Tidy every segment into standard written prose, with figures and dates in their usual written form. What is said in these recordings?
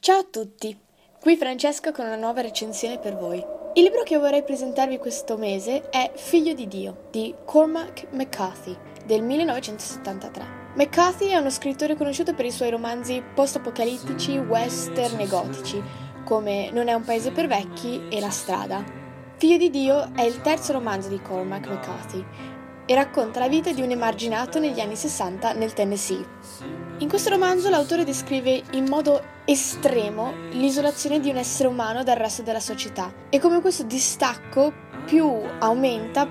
Ciao a tutti, qui Francesca con una nuova recensione per voi. Il libro che vorrei presentarvi questo mese è Figlio di Dio di Cormac McCarthy del 1973. McCarthy è uno scrittore conosciuto per i suoi romanzi post-apocalittici, western e gotici, come Non è un paese per vecchi e La strada. Figlio di Dio è il terzo romanzo di Cormac McCarthy e racconta la vita di un emarginato negli anni 60 nel Tennessee. In questo romanzo l'autore descrive in modo estremo l'isolazione di un essere umano dal resto della società e come questo distacco più aumenta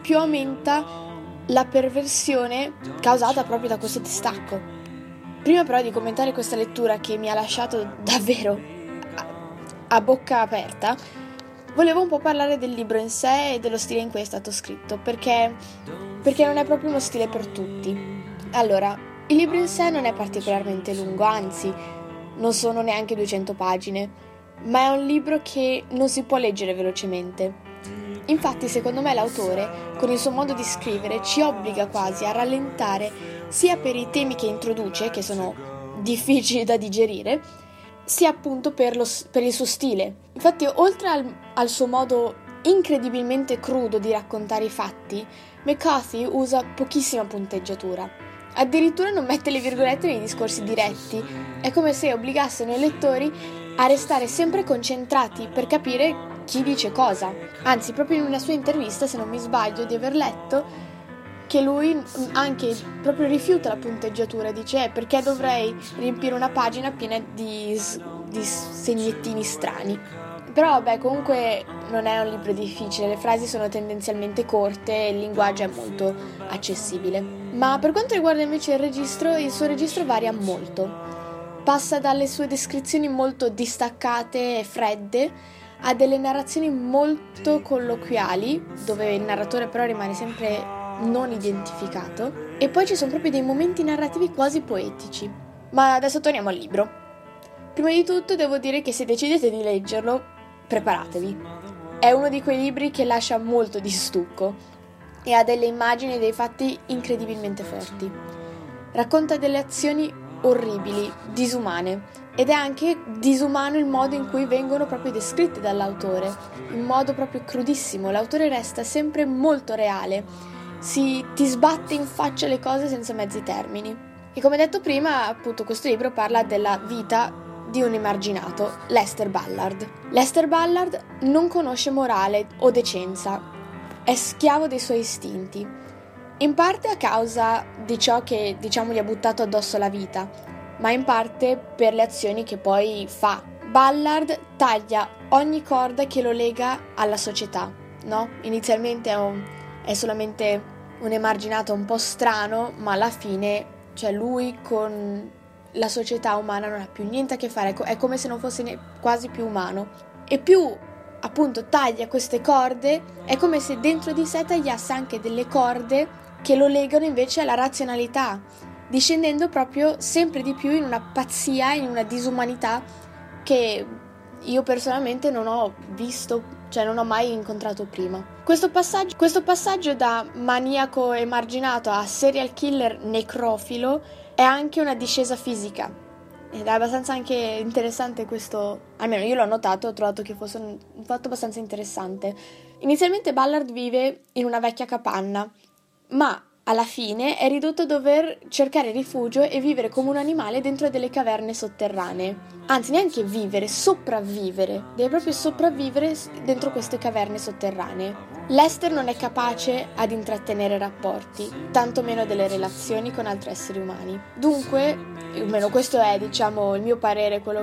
la perversione causata proprio da questo distacco. Prima però di commentare questa lettura che mi ha lasciato davvero a bocca aperta, volevo un po' parlare del libro in sé e dello stile in cui è stato scritto, perché non è proprio uno stile per tutti. Allora, il libro in sé non è particolarmente lungo, anzi, non sono neanche 200 pagine, ma è un libro che non si può leggere velocemente. Infatti, secondo me, l'autore, con il suo modo di scrivere, ci obbliga quasi a rallentare sia per i temi che introduce, che sono difficili da digerire, sia appunto per il suo stile. Infatti, oltre al suo modo incredibilmente crudo di raccontare i fatti, McCarthy usa pochissima punteggiatura. Addirittura non mette le virgolette nei discorsi diretti. È come se obbligassero i lettori a restare sempre concentrati per capire chi dice cosa. Anzi, proprio in una sua intervista, se non mi sbaglio, di aver letto che lui anche proprio rifiuta la punteggiatura, dice perché dovrei riempire una pagina piena di segnettini strani. Però vabbè, comunque non è un libro difficile, le frasi sono tendenzialmente corte e il linguaggio è molto accessibile. Ma per quanto riguarda invece il suo registro varia molto. Passa dalle sue descrizioni molto distaccate e fredde a delle narrazioni molto colloquiali, dove il narratore però rimane sempre non identificato, e poi ci sono proprio dei momenti narrativi quasi poetici. Ma adesso torniamo al libro. Prima di tutto devo dire che se decidete di leggerlo, preparatevi. È uno di quei libri che lascia molto di stucco e ha delle immagini e dei fatti incredibilmente forti. Racconta delle azioni orribili, disumane, ed è anche disumano il modo in cui vengono proprio descritte dall'autore, in modo proprio crudissimo. L'autore resta sempre molto reale, ti sbatte in faccia le cose senza mezzi termini. E come detto prima, appunto, questo libro parla della vita di un emarginato, Lester Ballard. Lester Ballard non conosce morale o decenza, è schiavo dei suoi istinti, in parte a causa di ciò che, diciamo, gli ha buttato addosso la vita, ma in parte per le azioni che poi fa. Ballard taglia ogni corda che lo lega alla società, no? Inizialmente è solamente un emarginato un po' strano, ma alla fine, cioè lui con la società umana non ha più niente a che fare, è come se non fosse quasi più umano. E più appunto taglia queste corde, è come se dentro di sé tagliasse anche delle corde che lo legano invece alla razionalità, discendendo proprio sempre di più in una pazzia, in una disumanità che io personalmente non ho visto, cioè non ho mai incontrato prima. Questo passaggio da maniaco emarginato a serial killer necrofilo è anche una discesa fisica ed è abbastanza anche interessante questo, almeno io l'ho notato, ho trovato che fosse un fatto abbastanza interessante. Inizialmente Ballard vive in una vecchia capanna, ma alla fine è ridotto a dover cercare rifugio e vivere come un animale dentro delle caverne sotterranee. Anzi, neanche vivere, sopravvivere. Deve proprio sopravvivere dentro queste caverne sotterranee. Lester non è capace ad intrattenere rapporti, tantomeno delle relazioni con altri esseri umani. Dunque, almeno questo è, diciamo, il mio parere, quello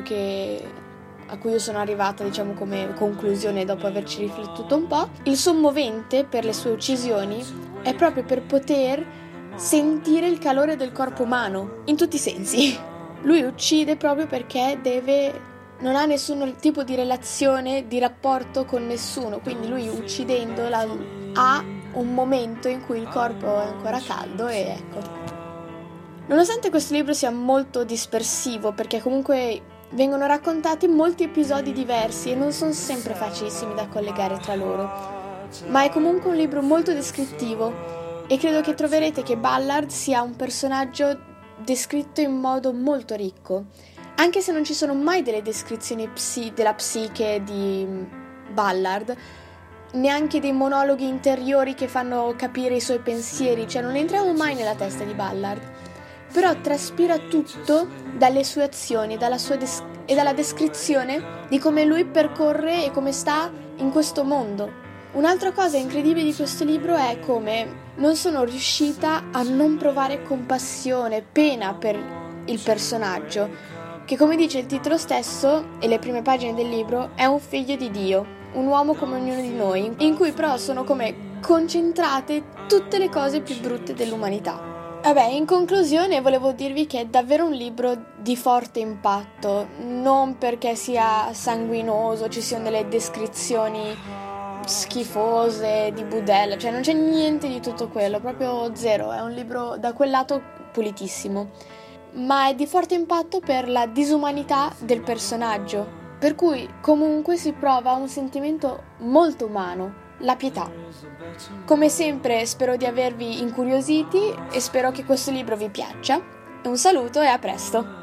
a cui io sono arrivata, diciamo, come conclusione dopo averci riflettuto un po'. Il sommovente per le sue uccisioni è proprio per poter sentire il calore del corpo umano, in tutti i sensi. Lui uccide proprio perché non ha nessun tipo di relazione, di rapporto con nessuno, quindi lui uccidendo ha un momento in cui il corpo è ancora caldo e ecco. Nonostante questo libro sia molto dispersivo, perché comunque vengono raccontati molti episodi diversi e non sono sempre facilissimi da collegare tra loro, ma è comunque un libro molto descrittivo e credo che troverete che Ballard sia un personaggio descritto in modo molto ricco. Anche se non ci sono mai delle descrizioni della psiche di Ballard, neanche dei monologhi interiori che fanno capire i suoi pensieri, cioè non entriamo mai nella testa di Ballard, però traspira tutto dalle sue azioni, e dalla descrizione di come lui percorre e come sta in questo mondo. Un'altra cosa incredibile di questo libro è come non sono riuscita a non provare compassione, pena per il personaggio, che come dice il titolo stesso e le prime pagine del libro è un figlio di Dio, un uomo come ognuno di noi, in cui però sono come concentrate tutte le cose più brutte dell'umanità. Vabbè, in conclusione volevo dirvi che è davvero un libro di forte impatto, non perché sia sanguinoso, ci siano delle descrizioni schifose di budella, cioè non c'è niente di tutto quello, proprio zero, è un libro da quel lato pulitissimo, ma è di forte impatto per la disumanità del personaggio, per cui comunque si prova un sentimento molto umano, la pietà. Come sempre spero di avervi incuriositi e spero che questo libro vi piaccia. Un saluto e a presto!